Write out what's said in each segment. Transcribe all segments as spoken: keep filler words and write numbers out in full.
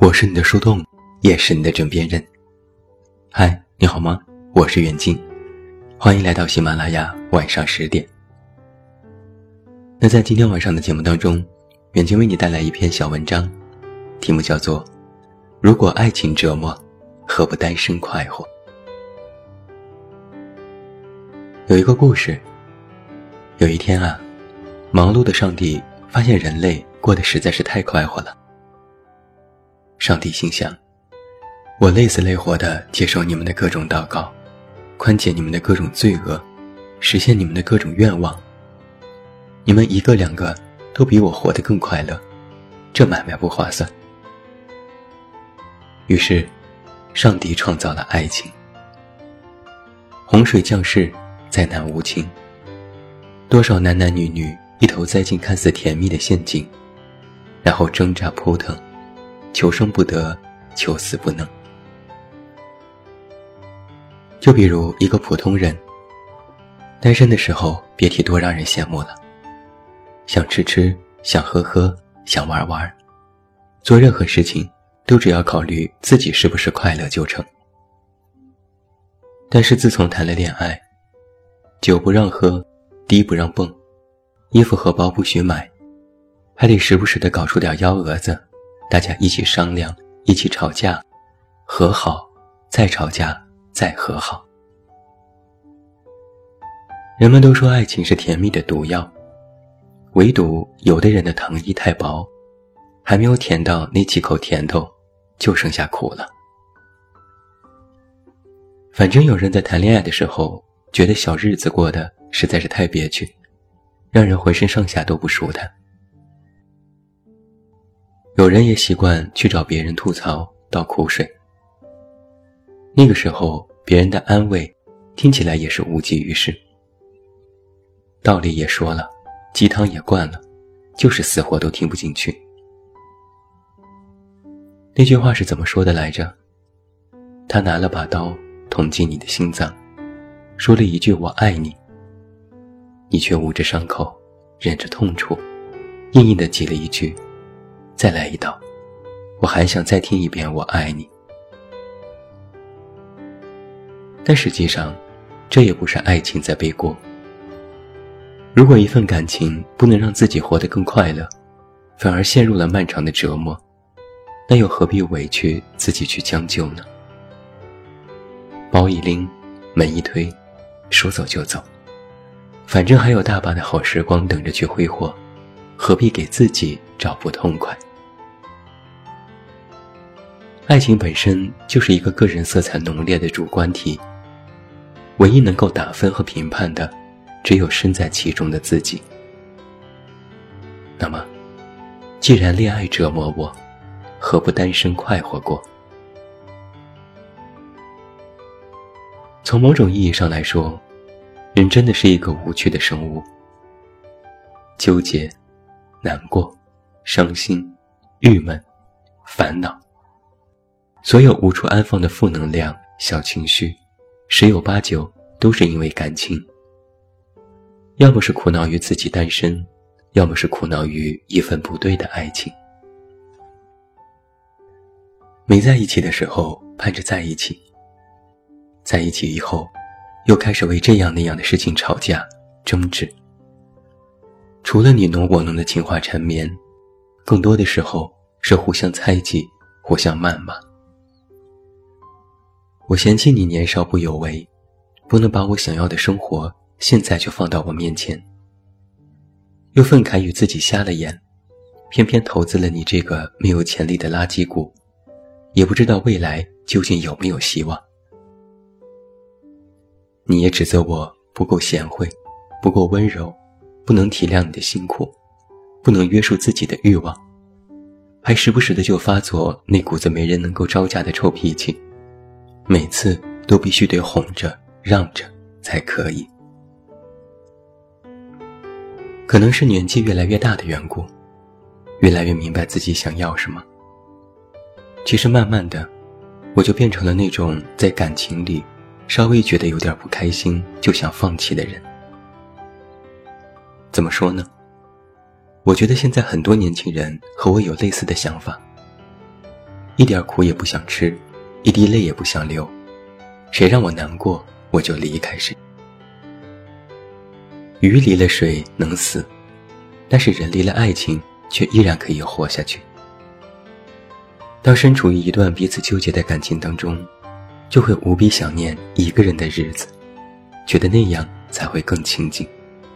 我是你的树洞，也是你的枕边人。嗨，你好吗？我是远近，欢迎来到喜马拉雅晚上十点。那在今天晚上的节目当中，远近为你带来一篇小文章，题目叫做如果爱情折磨，何不单身快活。有一个故事，有一天啊，忙碌的上帝发现人类过得实在是太快活了。上帝心想，我累死累活地接受你们的各种祷告，宽解你们的各种罪恶，实现你们的各种愿望，你们一个两个都比我活得更快乐，这买卖不划算。于是上帝创造了爱情。洪水降世，灾难无情，多少男男女女一头栽进看似甜蜜的陷阱，然后挣扎扑腾，求生不得，求死不能。就比如一个普通人，单身的时候别提多让人羡慕了，想吃吃，想喝喝，想玩玩，做任何事情都只要考虑自己是不是快乐就成。但是自从谈了恋爱，酒不让喝，迪不让蹦，衣服和包不许买，还得时不时地搞出点幺蛾子，大家一起商量，一起吵架，和好，再吵架，再和好。人们都说爱情是甜蜜的毒药，唯独有的人的糖衣太薄，还没有甜到那几口甜头，就剩下苦了。反正有人在谈恋爱的时候，觉得小日子过得实在是太憋屈，让人浑身上下都不舒坦。有人也习惯去找别人吐槽，倒苦水。那个时候别人的安慰听起来也是无济于事，道理也说了，鸡汤也灌了，就是死活都听不进去。那句话是怎么说的来着？他拿了把刀捅进你的心脏，说了一句我爱你，你却捂着伤口，忍着痛楚，硬硬地挤了一句再来一刀，我还想再听一遍我爱你。但实际上这也不是爱情在背锅。如果一份感情不能让自己活得更快乐，反而陷入了漫长的折磨，那又何必委屈自己去将就呢？包一拎，门一推，说走就走，反正还有大把的好时光等着去挥霍，何必给自己找不痛快？爱情本身就是一个个人色彩浓烈的主观题，唯一能够打分和评判的，只有身在其中的自己。那么，既然恋爱折磨我，何不单身快活过？从某种意义上来说，人真的是一个无趣的生物。纠结、难过、伤心、郁闷、烦恼，所有无处安放的负能量、小情绪，十有八九都是因为感情。要么是苦恼于自己单身，要么是苦恼于一份不对的爱情。没在一起的时候盼着在一起，在一起以后又开始为这样那样的事情吵架争执，除了你侬我侬的情话缠绵，更多的时候是互相猜忌，互相谩骂。我嫌弃你年少不有为，不能把我想要的生活现在就放到我面前，又愤慨与自己瞎了眼，偏偏投资了你这个没有潜力的垃圾股，也不知道未来究竟有没有希望。你也指责我不够贤惠，不够温柔，不能体谅你的辛苦，不能约束自己的欲望，还时不时的就发作那股子没人能够招架的臭脾气，每次都必须得哄着让着才可以。可能是年纪越来越大的缘故，越来越明白自己想要什么。其实慢慢的，我就变成了那种在感情里稍微觉得有点不开心就想放弃的人。怎么说呢？我觉得现在很多年轻人和我有类似的想法。 一点苦也不想吃，一滴泪也不想流，谁让我难过我就离开谁。鱼离了水能死，但是人离了爱情却依然可以活下去。当身处于一段彼此纠结的感情当中，就会无比想念一个人的日子，觉得那样才会更亲近。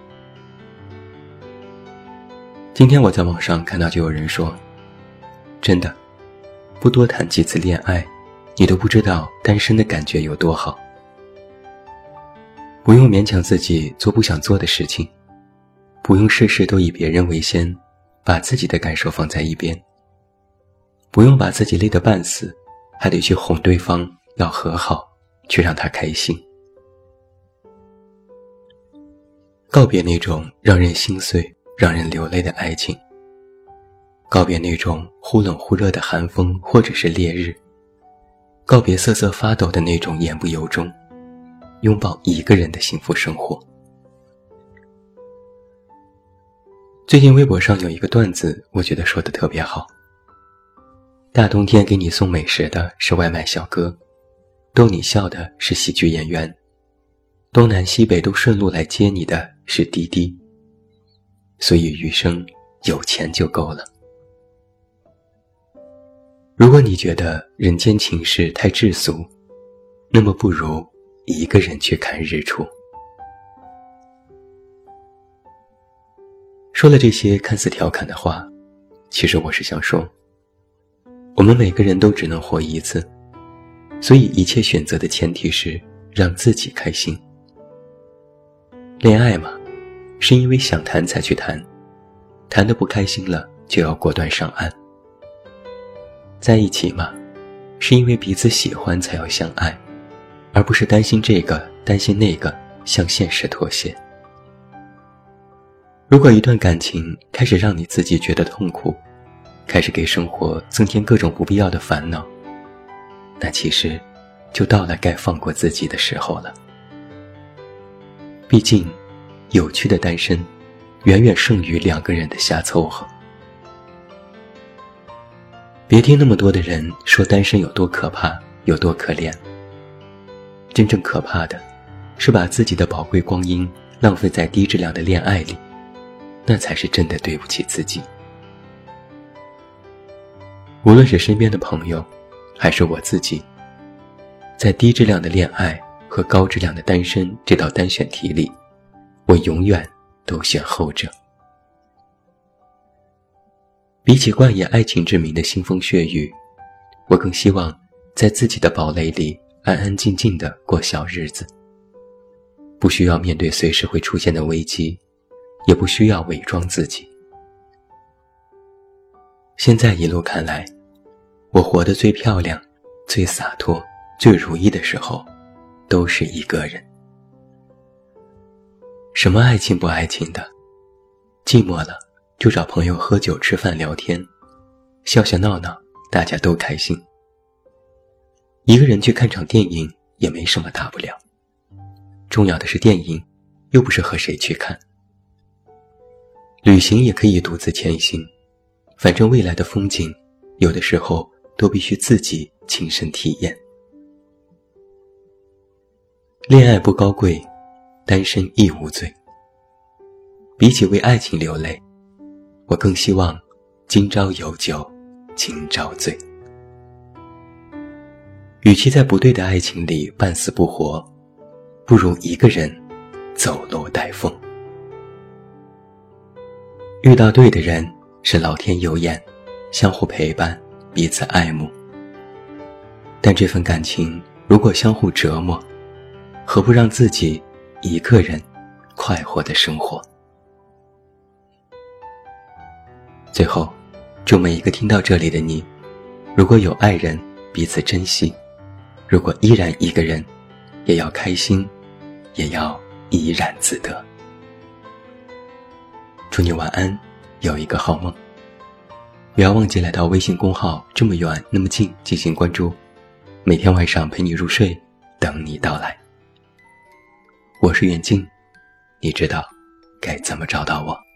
今天我在网上看到就有人说，真的，不多谈几次恋爱，你都不知道单身的感觉有多好。不用勉强自己做不想做的事情，不用事事都以别人为先，把自己的感受放在一边，不用把自己累得半死，还得去哄对方要和好，去让他开心。告别那种让人心碎让人流泪的爱情，告别那种忽冷忽热的寒风或者是烈日，告别瑟瑟发抖的那种言不由衷，拥抱一个人的幸福生活。最近微博上有一个段子，我觉得说得特别好。大冬天给你送美食的是外卖小哥，逗你笑的是喜剧演员，东南西北都顺路来接你的是滴滴。所以余生有钱就够了。如果你觉得人间情事太世俗，那么不如一个人去看日出。说了这些看似调侃的话，其实我是想说，我们每个人都只能活一次，所以一切选择的前提是让自己开心。恋爱嘛，是因为想谈才去谈，谈得不开心了就要果断上岸。在一起嘛，是因为彼此喜欢才要相爱，而不是担心这个担心那个向现实妥协。如果一段感情开始让你自己觉得痛苦，开始给生活增添各种不必要的烦恼，那其实就到了该放过自己的时候了。毕竟有趣的单身远远胜于两个人的瞎凑合。别听那么多的人说单身有多可怕，有多可怜。真正可怕的是把自己的宝贵光阴浪费在低质量的恋爱里，那才是真的对不起自己。无论是身边的朋友还是我自己，在低质量的恋爱和高质量的单身这道单选题里，我永远都选后者。比起冠以爱情之名的腥风血雨，我更希望在自己的堡垒里安安静静地过小日子，不需要面对随时会出现的危机，也不需要伪装自己。现在一路看来，我活得最漂亮、最洒脱、最如意的时候，都是一个人。什么爱情不爱情的，寂寞了就找朋友喝酒吃饭聊天，笑笑闹闹，大家都开心。一个人去看场电影也没什么大不了，重要的是电影又不是和谁去看。旅行也可以独自前行，反正未来的风景有的时候都必须自己亲身体验。恋爱不高贵，单身亦无罪。比起为爱情流泪，我更希望今朝有酒今朝醉。与其在不对的爱情里半死不活，不如一个人走路带风。遇到对的人是老天有眼，相互陪伴，彼此爱慕。但这份感情如果相互折磨，何不让自己一个人快活地生活。最后，祝每一个听到这里的你，如果有爱人，彼此珍惜；如果依然一个人，也要开心，也要怡然自得。祝你晚安，有一个好梦。不要忘记来到微信公号这么远那么近进行关注，每天晚上陪你入睡，等你到来。我是远近，你知道该怎么找到我。